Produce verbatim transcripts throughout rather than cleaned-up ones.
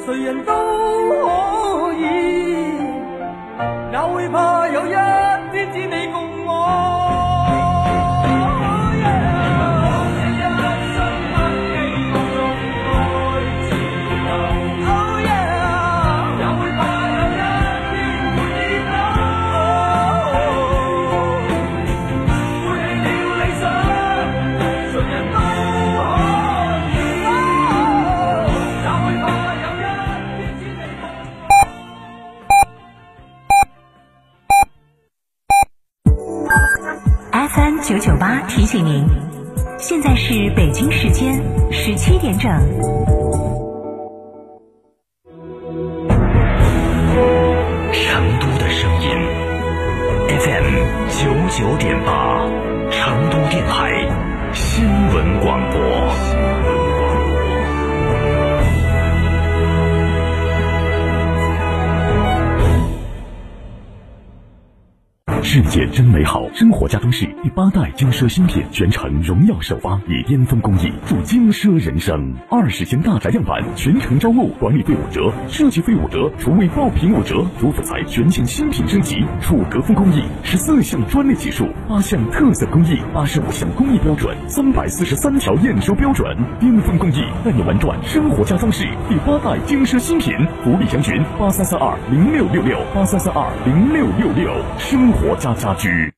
谁人都可以，哪會怕有一天只你共我。 九九八提醒您，现在是北京时间十七点整。 成都的声音 F M 九九点八，成都电台新闻广播。世界真美好，生活家装饰第八代精奢新品全程荣耀首发，以巅峰工艺助精奢人生。二十间大宅样板全程招募，管理费五折，设计费五折，厨卫爆品五折。主辅材全线新品升级，楚格风工艺，十四项专利技术，八项特色工艺，八十五项工艺标准，三百四十三条验收标准，巅峰工艺带你玩转生活家装饰第八代精奢新品。福利详询八三三二零六六六八三三二零六六六，生活家家居。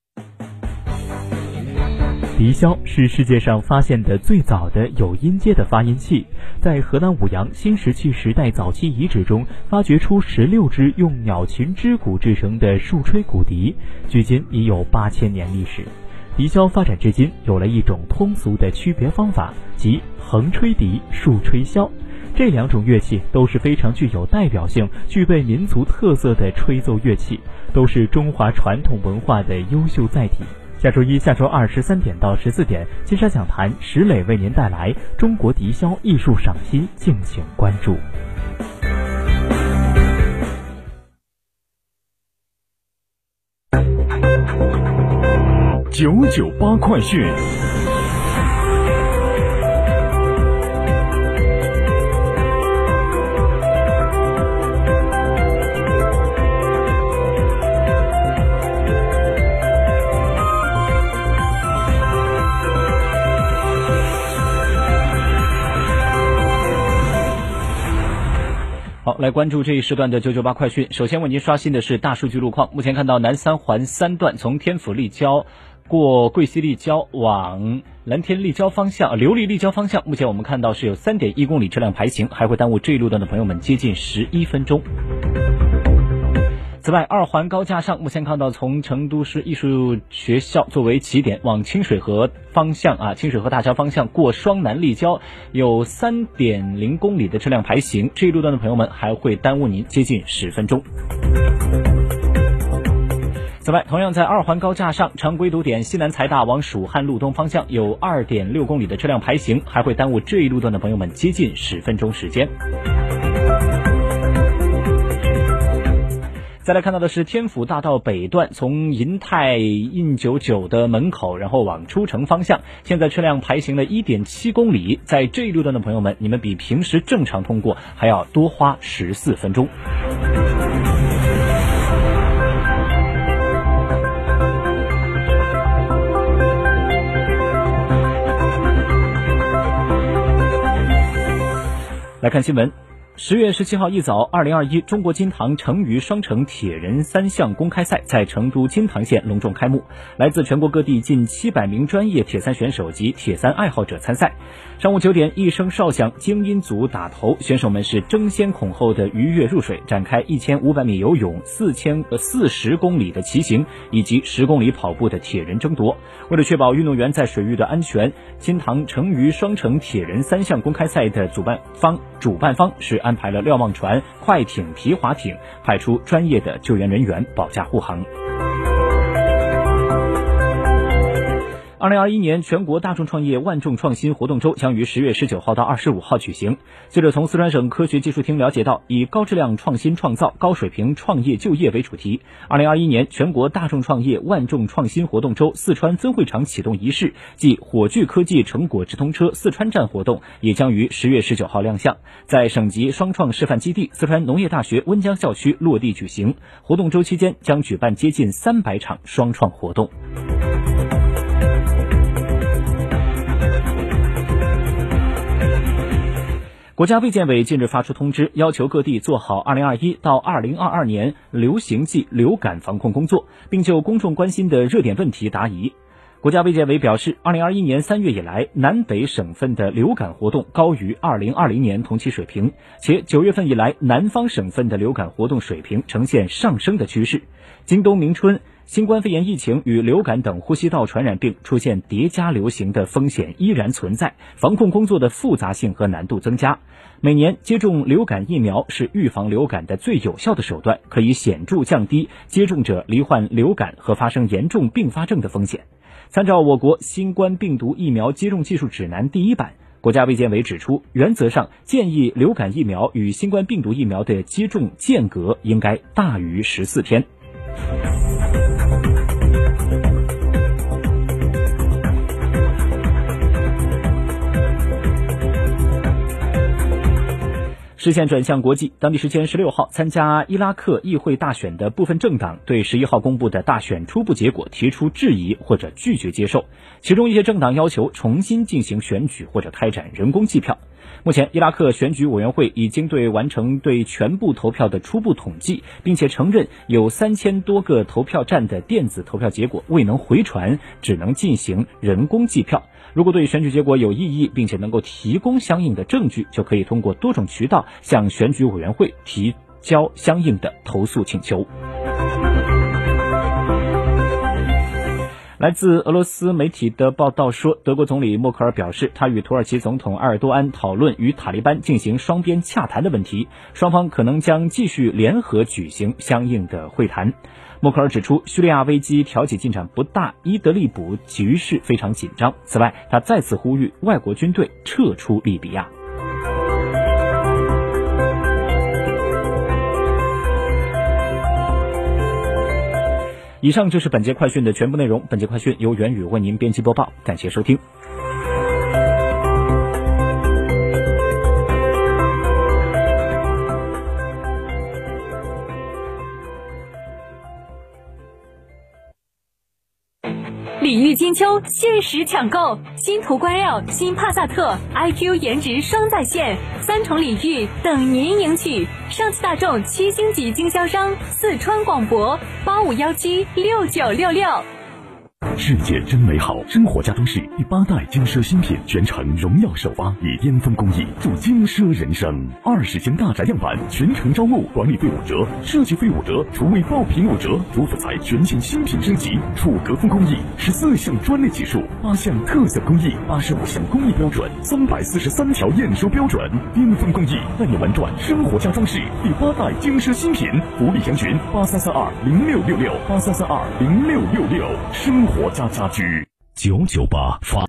笛箫是世界上发现的最早的有音阶的发音器，在河南舞阳新石器时代早期遗址中发掘出十六只用鸟禽枝骨制成的树吹骨笛，距今已有八千年历史。笛箫发展至今有了一种通俗的区别方法，即横吹笛、竖吹箫。这两种乐器都是非常具有代表性、具备民族特色的吹奏乐器，都是中华传统文化的优秀载体。下周一、下周二十三点到十四点，金沙讲坛石磊为您带来中国笛箫艺术赏析，敬请关注。 九九八快讯。 好，来关注这一时段的九九八快讯。首先为您刷新的是大数据路况。目前看到南三环三段从天府立交过桂溪立交往蓝天立交方向、琉璃立交方向，目前我们看到是有 三点一公里车辆排行，还会耽误这一路段的朋友们接近十一分钟。此外，二环高架上目前看到从成都市艺术学校作为起点往清水河方向啊，清水河大桥方向过双南立交有 三点零公里的车辆排行，这一路段的朋友们还会耽误您接近十分钟。此外，同样在二环高架上常规堵点西南财大往蜀汉路东方向有 二点六公里的车辆排行，还会耽误这一路段的朋友们接近十分钟时间。再来看到的是天府大道北段从银泰印九九的门口然后往出城方向，现在车辆排行了 一点七公里，在这一路段的朋友们，你们比平时正常通过还要多花十四分钟。来看新闻。十月十七号一早，二零二一中国金堂成渝双城铁人三项公开赛在成都金堂县隆重开幕，来自全国各地近七百名专业铁三选手及铁三爱好者参赛。上午九点，一声哨响，精英组打头，选手们是争先恐后的鱼跃入水，展开一千五百米游泳、四千四十公里的骑行以及十公里跑步的铁人争夺。为了确保运动员在水域的安全，金堂成渝双城铁人三项公开赛的主办方主办方是安排了瞭望船、快艇、皮划艇，派出专业的救援人员保驾护航。 二零二一年全国大众创业万众创新活动周将于十月十九号到二十五号举行。记者从四川省科学技术厅了解到，以高质量创新创造、高水平创业就业为主题，二零二一年全国大众创业万众创新活动周四川分会场启动仪式暨火炬科技成果直通车四川站活动也将于十月十九号亮相，在省级双创示范基地四川农业大学温江校区落地举行。活动周期间将举办接近三百场双创活动。国家卫健委近日发出通知，要求各地做好二零二一到二零二二年流行季流感防控工作，并就公众关心的热点问题答疑。国家卫健委表示，二零二一年三月以来，南北省份的流感活动高于二零二零年同期水平，且九月份以来，南方省份的流感活动水平呈现上升的趋势。今冬鸣春，新冠肺炎疫情与流感等呼吸道传染病出现叠加流行的风险依然存在，防控工作的复杂性和难度增加。每年接种流感疫苗是预防流感的最有效的手段，可以显著降低接种者罹患流感和发生严重并发症的风险。参照我国新冠病毒疫苗接种技术指南第一版，国家卫健委指出，原则上建议流感疫苗与新冠病毒疫苗的接种间隔应该大于十四天。视线转向国际，当地时间十六号，参加伊拉克议会大选的部分政党对十一号公布的大选初步结果提出质疑或者拒绝接受，其中一些政党要求重新进行选举或者开展人工计票。目前，伊拉克选举委员会已经对完成对全部投票的初步统计，并且承认有三千多个投票站的电子投票结果未能回传，只能进行人工计票。如果对选举结果有异议，并且能够提供相应的证据，就可以通过多种渠道向选举委员会提交相应的投诉请求。来自俄罗斯媒体的报道说，德国总理默克尔表示，他与土耳其总统埃尔多安讨论与塔利班进行双边洽谈的问题，双方可能将继续联合举行相应的会谈。默克尔指出，叙利亚危机调解进展不大，伊德利卜局势非常紧张。此外，他再次呼吁外国军队撤出利比亚。以上就是本节快讯的全部内容。本节快讯由元宇为您编辑播报，感谢收听。 礼遇金秋，限时抢购新途观 L、新帕萨特 I Q 颜值双在线，三重礼遇等您赢取。上汽大众七星级经销商，四川广博八五幺七六九六六。 世界真美好，生活家装饰第八代精奢新品全程荣耀首发，以巅峰工艺助精奢人生。二十型大宅样板全程招募，管理费五折，设计费五折，厨卫爆品五折，主辅材全线新品升级，楚格风工艺，十四项专利技术，八项特色工艺，八十五项工艺标准，三百四十三条验收标准，巅峰工艺带你玩转生活家装饰第八代精奢新品。福利详询八三三二零六六六八三三二零六六六。生活家家居九九八发。